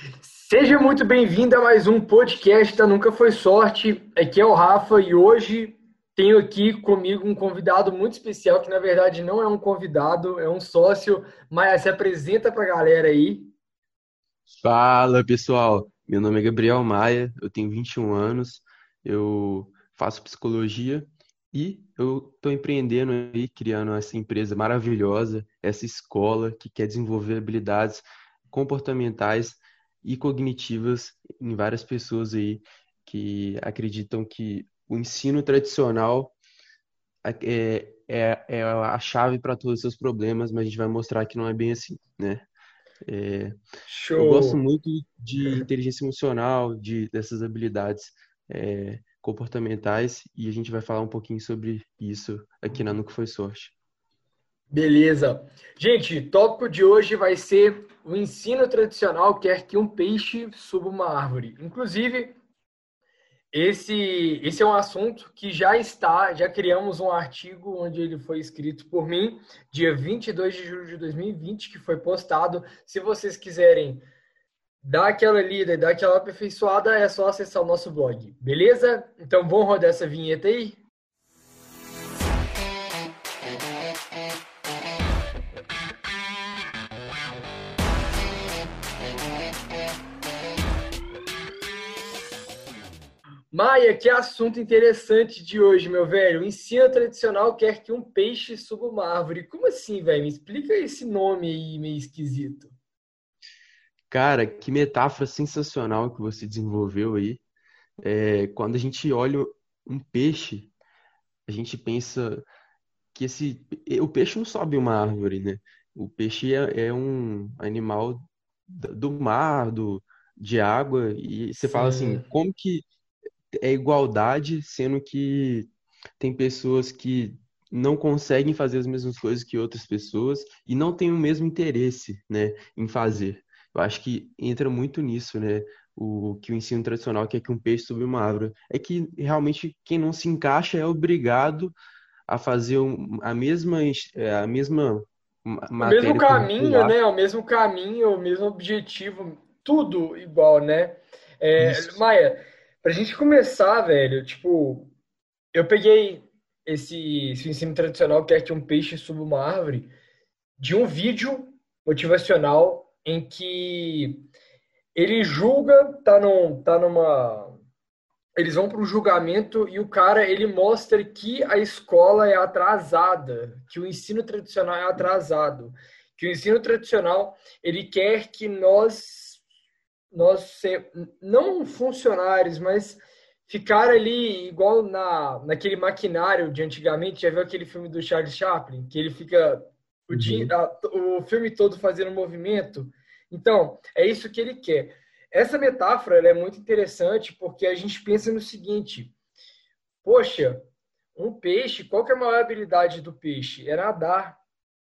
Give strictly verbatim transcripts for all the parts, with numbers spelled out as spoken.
Seja muito bem-vindo a mais um podcast da Nunca Foi Sorte. Aqui é o Rafa e hoje tenho aqui comigo um convidado muito especial, que na verdade não é um convidado, é um sócio, mas se apresenta para a galera aí. Fala, pessoal. Meu nome é Gabriel Maia, eu tenho vinte e um anos, eu faço psicologia e eu estou empreendendo aí, criando essa empresa maravilhosa, essa escola que quer desenvolver habilidades comportamentais e cognitivas em várias pessoas aí que acreditam que o ensino tradicional é, é, é a chave para todos os seus problemas, mas a gente vai mostrar que não é bem assim, né? É, eu gosto Show! muito de inteligência emocional, de dessas habilidades é, comportamentais, e a gente vai falar um pouquinho sobre isso aqui na Nunca Foi Sorte. Beleza. Gente, o tópico de hoje vai ser o ensino tradicional quer que um peixe suba uma árvore. Inclusive, Esse, esse é um assunto que já está, já criamos um artigo onde ele foi escrito por mim, dia vinte e dois de julho de dois mil e vinte, que foi postado. Se vocês quiserem dar aquela lida e dar aquela aperfeiçoada, é só acessar o nosso blog, beleza? Então vamos rodar essa vinheta aí? Maia, que assunto interessante de hoje, meu velho. O ensino tradicional quer que um peixe suba uma árvore. Como assim, velho? Me explica esse nome aí meio esquisito. Cara, que metáfora sensacional que você desenvolveu aí. É, quando a gente olha um peixe, a gente pensa que esse, o peixe não sobe uma árvore, né? O peixe é, é um animal da- do mar, do, de água, e você fala assim, Sim. como que é igualdade, sendo que tem pessoas que não conseguem fazer as mesmas coisas que outras pessoas e não têm o mesmo interesse, né, em fazer. Eu acho que entra muito nisso, né? O que o ensino tradicional quer que um peixe suba uma árvore. É que realmente quem não se encaixa é obrigado a fazer um- a mesma, é, a mesma ma- O mesmo matéria caminho, curricular. né? O mesmo caminho, o mesmo objetivo, tudo igual, né? É, Isso. Maia, pra gente começar, velho, tipo, eu peguei esse, esse ensino tradicional que é que um peixe suba uma árvore de um vídeo motivacional em que ele julga, tá, num, tá numa. Eles vão para o julgamento e o cara ele mostra que a escola é atrasada, que o ensino tradicional é atrasado, que o ensino tradicional ele quer que nós nós se- não funcionários, mas ficar ali igual na naquele maquinário de antigamente. Já viu aquele filme do Charles Chaplin que ele fica o dia, Uhum. a- o filme todo fazendo movimento? Então é isso que ele quer. Essa metáfora ela é muito interessante porque a gente pensa no seguinte: poxa, um peixe, qual que é a maior habilidade do peixe? É nadar.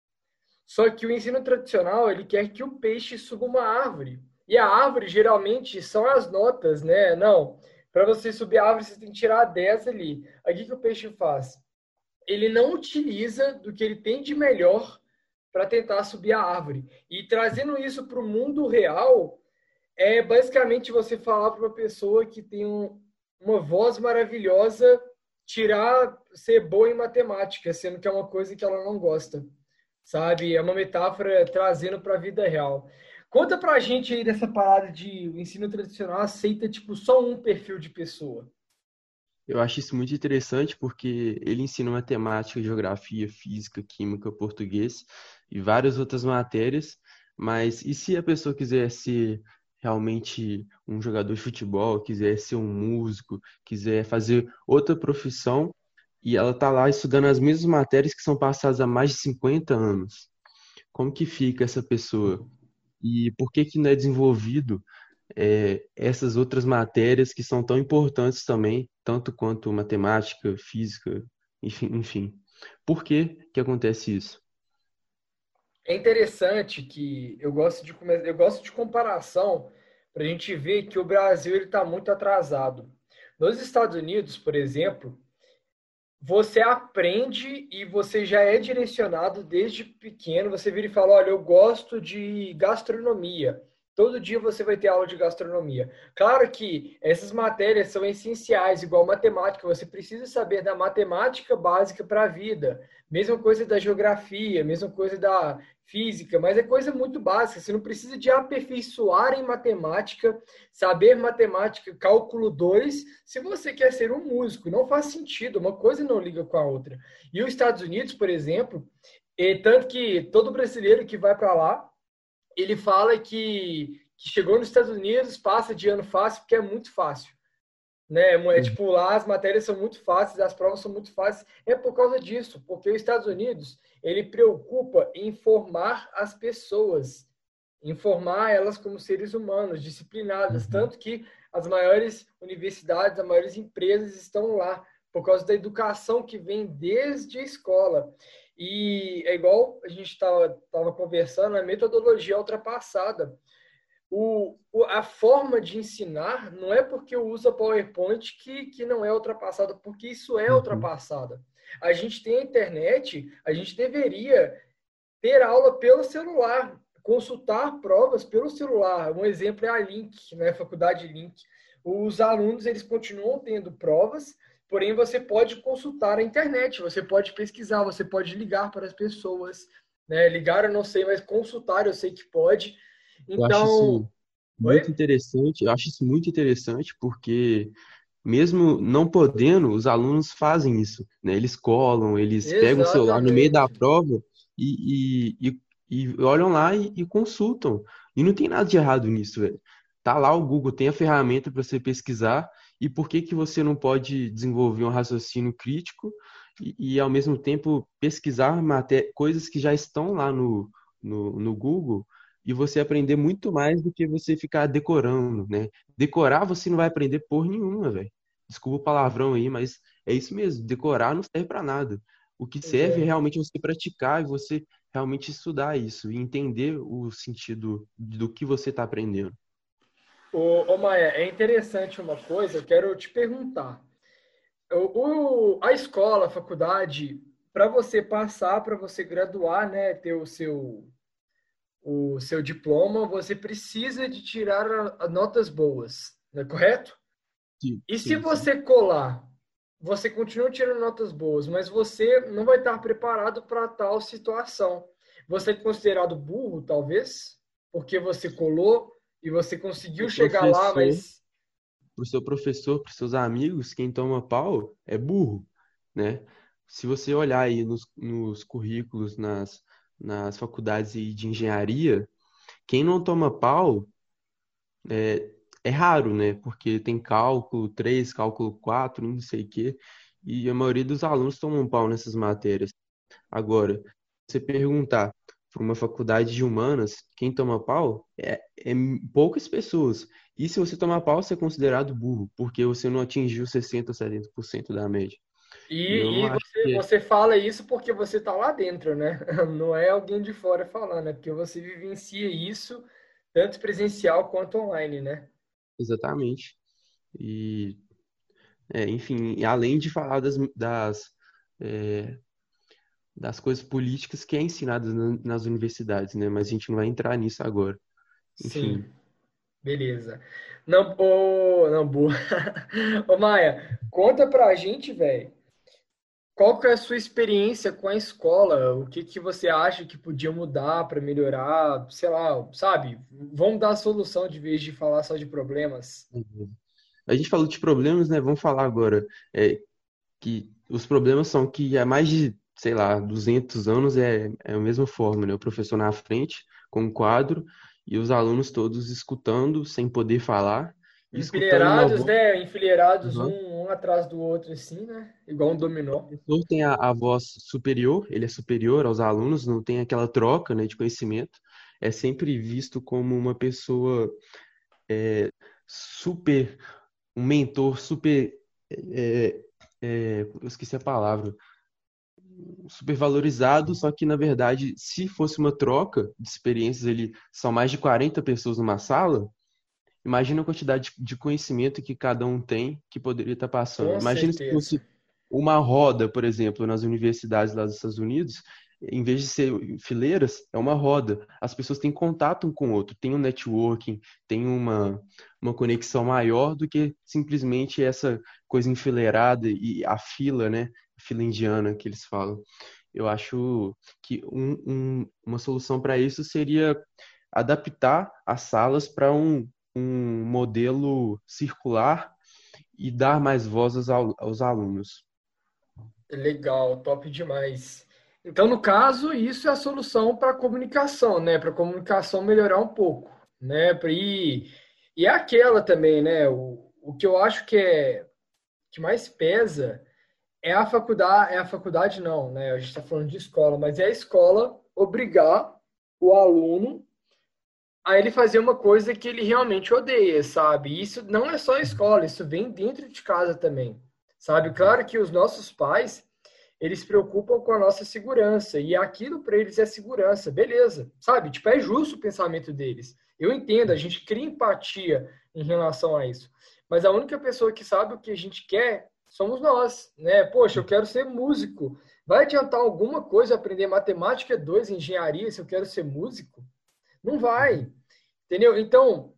Só que o ensino tradicional, ele quer que o peixe suba uma árvore. E a árvore, geralmente, são as notas, né? Não, para você subir a árvore, você tem que tirar dez ali. Aí o que que o peixe faz? Ele não utiliza do que ele tem de melhor para tentar subir a árvore. E trazendo isso para o mundo real, é basicamente você falar para uma pessoa que tem um, uma voz maravilhosa tirar ser boa em matemática, sendo que é uma coisa que ela não gosta, sabe? É uma metáfora trazendo para a vida real. Conta pra gente aí dessa parada de o ensino tradicional aceita tipo só um perfil de pessoa. Eu acho isso muito interessante porque ele ensina matemática, geografia, física, química, português e várias outras matérias, mas e se a pessoa quiser ser realmente um jogador de futebol, quiser ser um músico, quiser fazer outra profissão e ela está lá estudando as mesmas matérias que são passadas há mais de cinquenta anos? Como que fica essa pessoa? E por que que não é desenvolvido é, essas outras matérias que são tão importantes também, tanto quanto matemática, física, enfim, enfim. Por que que acontece isso? É interessante que eu gosto de come- eu gosto de comparação para a gente ver que o Brasil ele está muito atrasado. Nos Estados Unidos, por exemplo, você aprende e você já é direcionado desde pequeno. Você vira e fala: olha, eu gosto de gastronomia. todo dia você vai ter aula de gastronomia. Claro que essas matérias são essenciais, igual matemática, você precisa saber da matemática básica para a vida. Mesma coisa da geografia, mesma coisa da física, mas é coisa muito básica. Você não precisa de aperfeiçoar em matemática, saber matemática, cálculo dois, se você quer ser um músico. Não faz sentido, uma coisa não liga com a outra. E os Estados Unidos, por exemplo, e tanto que todo brasileiro que vai para lá, ele fala que, que chegou nos Estados Unidos, passa de ano fácil, porque é muito fácil. Né? É tipo, lá as matérias são muito fáceis, as provas são muito fáceis. É por causa disso, porque os Estados Unidos, ele preocupa em formar as pessoas, informar elas como seres humanos, disciplinadas, Uhum. tanto que as maiores universidades, as maiores empresas estão lá, por causa da educação que vem desde a escola. E é igual a gente estava conversando, a metodologia ultrapassada. O, o, a forma de ensinar não é porque usa PowerPoint que, que não é ultrapassada, porque isso é Uhum. ultrapassada. A gente tem a internet, a gente deveria ter aula pelo celular, consultar provas pelo celular. Um exemplo é a Link, né? A faculdade Link. Os alunos, eles continuam tendo provas, porém você pode consultar a internet, você pode pesquisar, você pode ligar para as pessoas, né? Ligar eu não sei, mas consultar eu sei que pode. Eu acho Então, isso oi? muito interessante, eu acho isso muito interessante porque mesmo não podendo, os alunos fazem isso, né? Eles colam, eles pegam o celular no meio da Exatamente. prova e, e, e, e olham lá e, e consultam. E não tem nada de errado nisso, velho. Tá lá o Google, tem a ferramenta para você pesquisar. E por que que você não pode desenvolver um raciocínio crítico e, e ao mesmo tempo pesquisar maté coisas que já estão lá no, no, no Google e você aprender muito mais do que você ficar decorando, né? Decorar você não vai aprender por nenhuma, velho. Desculpa o palavrão aí, mas é isso mesmo. Decorar não serve para nada. O que Pois serve é é. realmente você praticar e você realmente estudar isso e entender o sentido do que você está aprendendo. Ô, ô Maia, é interessante uma coisa, eu quero te perguntar. O, o- a escola, a faculdade, para você passar, para você graduar, né, ter o seu, o seu diploma, você precisa de tirar a- a notas boas, não é correto? Sim, E se sim, sim. você colar, você continua tirando notas boas, mas você não vai estar preparado para tal situação. Você é considerado burro, talvez, porque você colou e você conseguiu O chegar lá, professor, mas pro seu professor, pros seus amigos, quem toma pau é burro, né? Se você olhar aí nos, nos currículos, nas, nas faculdades aí de engenharia, quem não toma pau é, é raro, né? Porque tem cálculo três, cálculo quatro, não sei o quê, e a maioria dos alunos tomam pau nessas matérias. Agora, você perguntar para uma faculdade de humanas, quem toma pau é, é poucas pessoas. E se você tomar pau, você é considerado burro, porque você não atingiu sessenta, setenta por cento da média. E eu não e, e acho você, que é você fala isso porque você está lá dentro, né? Não é alguém de fora falando, é porque você vivencia isso tanto presencial quanto online, né? exatamente. E, é, enfim, e além de falar das, das, é, das coisas políticas que é ensinadas na- nas universidades, né? Mas a gente não vai entrar nisso agora. Sim, Enfim, beleza. Não, ô, não, boa. Ô, Maia, conta pra gente, velho. Qual que é a sua experiência com a escola? O que que você acha que podia mudar para melhorar? Sei lá, sabe? Vamos dar a solução de vez de falar só de problemas. a gente falou de problemas, né? Vamos falar agora. É, que os problemas são que há mais de, sei lá, duzentos anos é, é a mesma forma, né? O professor na frente, com um quadro, e os alunos todos escutando, sem poder falar, e escutando uma Enfileirados, voz. né? Enfileirados um, Uhum. um atrás do outro, assim, né? Igual um O dominó. professor tem a, a voz superior, ele é superior aos alunos, não tem aquela troca, né, de conhecimento, é sempre visto como uma pessoa super, um mentor super, é, é, eu esqueci a palavra, super valorizado, só que na verdade, se fosse uma troca de experiências, ele são mais de quarenta pessoas numa sala, imagina a quantidade de conhecimento que cada um tem que poderia estar passando. Com Imagina se certeza. fosse uma roda, por exemplo, nas universidades lá dos Estados Unidos, em vez de ser fileiras, é uma roda. As pessoas têm contato um com o outro, tem um networking, tem uma, uma conexão maior do que simplesmente essa coisa enfileirada e a fila, né? A fila indiana que eles falam. Eu acho que um, um, uma solução para isso seria adaptar as salas para um, um modelo circular e dar mais voz aos, aos alunos. Legal, top demais. Então, no caso, isso é a solução para a comunicação, né? Para a comunicação melhorar um pouco, né? Pra- E, e é aquela também, né? O, o que eu acho que é que mais pesa é a faculdade, é a faculdade não, né? A gente está falando de escola, mas é a escola obrigar o aluno a ele fazer uma coisa que ele realmente odeia, sabe? E isso não é só a escola, isso vem dentro de casa também, sabe? Claro que os nossos pais, eles se preocupam com a nossa segurança e aquilo para eles é segurança, beleza, sabe? Tipo, é justo o pensamento deles. Eu entendo, a gente cria empatia em relação a isso, mas a única pessoa que sabe o que a gente quer somos nós, né? Poxa, eu quero ser músico. Vai adiantar alguma coisa aprender matemática dois, engenharia, se eu quero ser músico? Não vai, entendeu? Então,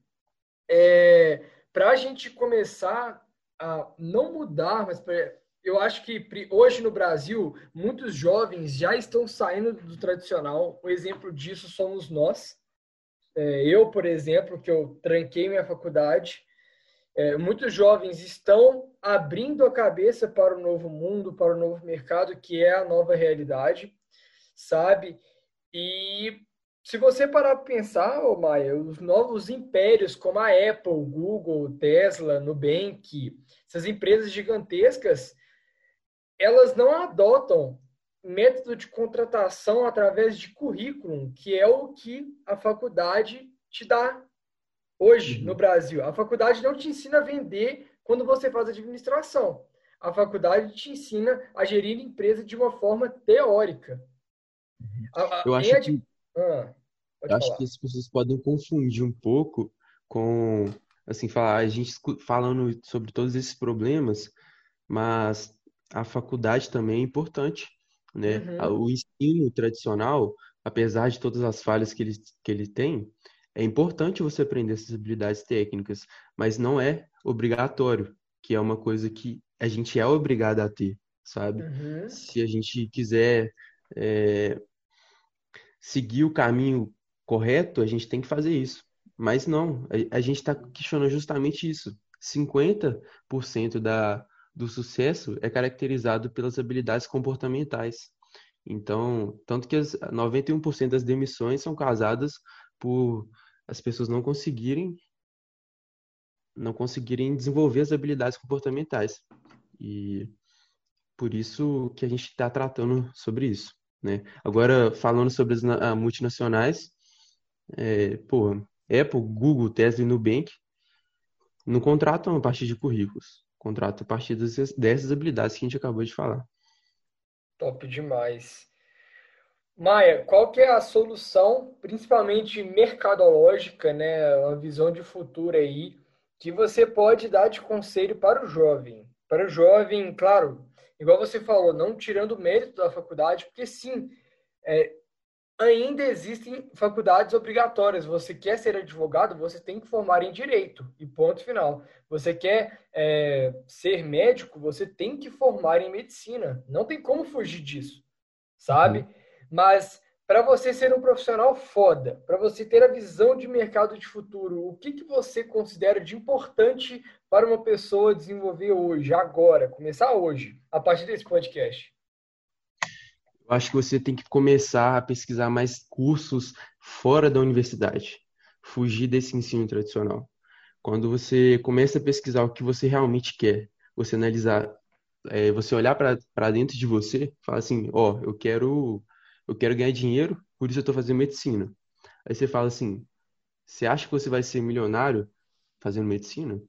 é, para a gente começar a não mudar, mas pra, eu acho que hoje no Brasil, muitos jovens já estão saindo do tradicional. Um exemplo disso somos nós. É, eu, por exemplo, que eu tranquei minha faculdade, é, muitos jovens estão abrindo a cabeça para o novo mundo, para o novo mercado, que é a nova realidade, sabe? E se você parar para pensar, ô Maia, os novos impérios como a Apple, Google, Tesla, Nubank, essas empresas gigantescas, elas não adotam método de contratação através de currículo, que é o que a faculdade te dá hoje no Uhum. Brasil. A faculdade não te ensina a vender quando você faz administração. A faculdade te ensina a gerir empresa de uma forma teórica. A, a, Eu em acho ad... que, ah, eu pode acho que falar. as pessoas podem confundir um pouco com, assim, falar, a gente escu- falando sobre todos esses problemas, mas a faculdade também é importante, né? A- Uhum. O ensino tradicional, apesar de todas as falhas que ele, que ele tem, é importante você aprender essas habilidades técnicas, mas não é obrigatório, que é uma coisa que a gente é obrigado a ter, sabe? Uhum. Se a gente quiser, é, seguir o caminho correto, a gente tem que fazer isso. Mas não, a, a gente está questionando justamente isso. cinquenta por cento da, do sucesso é caracterizado pelas habilidades comportamentais. Então, tanto que as noventa e um por cento das demissões são causadas por as pessoas não conseguirem não conseguirem desenvolver as habilidades comportamentais. E por isso que a gente está tratando sobre isso, né? Agora, falando sobre as na- ah, multinacionais, é, pô, Apple, Google, Tesla e Nubank não contratam a partir de currículos, contratam a partir dessas, dessas habilidades que a gente acabou de falar. Top demais. Maia, qual que é a solução, principalmente mercadológica, né, uma visão de futuro aí, que você pode dar de conselho para o jovem? Para o jovem, claro, igual você falou, não tirando o mérito da faculdade, porque sim, é, ainda existem faculdades obrigatórias. Você quer ser advogado, você tem que formar em direito, e ponto final. Você quer é, ser médico, você tem que formar em medicina. Não tem como fugir disso, sabe? Uhum. Mas para você ser um profissional foda, para você ter a visão de mercado de futuro, o que que você considera de importante para uma pessoa desenvolver hoje, agora, começar hoje, a partir desse podcast? Eu acho que você tem que começar a pesquisar mais cursos fora da universidade, fugir desse ensino tradicional. Quando você começa a pesquisar o que você realmente quer, você analisar, é, você olhar para dentro de você, falar assim, ó, eu quero, eu quero ganhar dinheiro, por isso eu estou fazendo medicina. Aí você fala assim, você acha que você vai ser milionário fazendo medicina?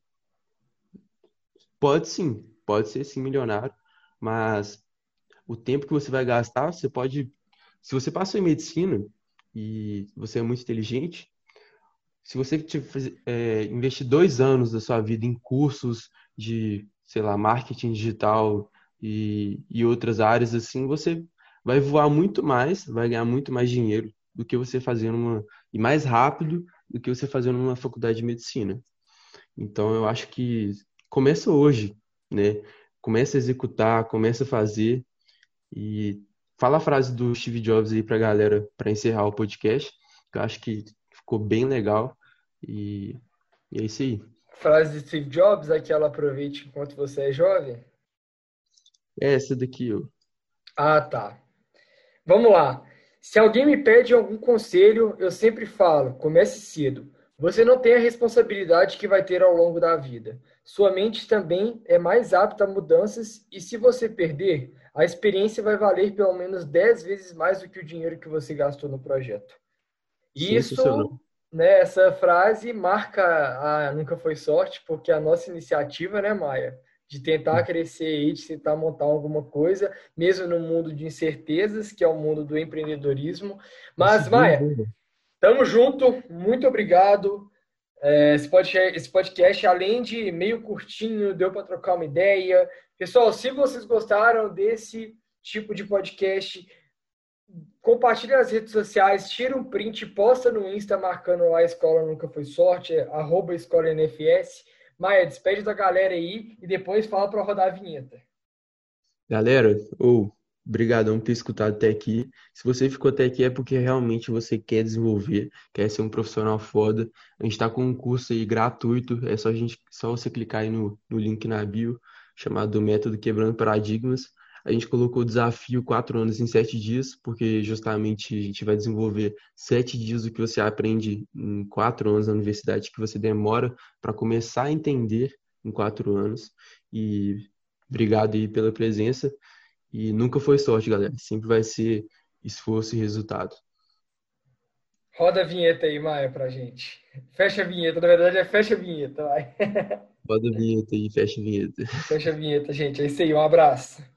Pode sim, pode ser sim milionário, mas o tempo que você vai gastar, você pode, se você passou em medicina e você é muito inteligente, se você tiver, é, investir dois anos da sua vida em cursos de, sei lá, marketing digital e, e outras áreas assim, você vai voar muito mais, vai ganhar muito mais dinheiro do que você fazendo uma, e mais rápido do que você fazendo uma faculdade de medicina. Então, eu acho que começa hoje, né? Começa a executar, começa a fazer e fala a frase do Steve Jobs aí pra galera para encerrar o podcast, que eu acho que ficou bem legal e, e é isso aí. Frase de Steve Jobs, aquela aproveite enquanto você é jovem. É essa daqui, ó. Ah, tá. Vamos lá. Se alguém me pede algum conselho, eu sempre falo: comece cedo. Você não tem a responsabilidade que vai ter ao longo da vida. Sua mente também é mais apta a mudanças e se você perder, a experiência vai valer pelo menos dez vezes mais do que o dinheiro que você gastou no projeto. Sensacional. Isso, né, essa frase marca a Nunca Foi Sorte, porque a nossa iniciativa, né, Maia, de tentar crescer aí, de tentar montar alguma coisa, mesmo no mundo de incertezas, que é o mundo do empreendedorismo. Mas, Maia, tamo junto, muito obrigado. É, Esse podcast, esse podcast, além de meio curtinho, deu para trocar uma ideia. Pessoal, se vocês gostaram desse tipo de podcast, compartilha nas redes sociais, tira um print, posta no Insta marcando lá a Escola Nunca Foi Sorte, é, arroba Escola N F S. Maia, despede da galera aí e depois fala para rodar a vinheta. Galera, ou brigadão por ter escutado até aqui. Se você ficou até aqui é porque realmente você quer desenvolver, quer ser um profissional foda. A gente está com um curso aí gratuito, é só, a gente, só você clicar aí no, no link na bio, chamado Método Quebrando Paradigmas. A gente colocou o desafio quatro anos em sete dias, porque justamente a gente vai desenvolver sete dias do que você aprende em quatro anos na universidade, que você demora para começar a entender em quatro anos. E obrigado aí pela presença. E nunca foi sorte, galera. Sempre vai ser esforço e resultado. Roda a vinheta aí, Maia, pra gente. Fecha a vinheta, na verdade é fecha a vinheta, vai. Roda a vinheta aí, fecha a vinheta. Fecha a vinheta, gente. É isso aí, um abraço.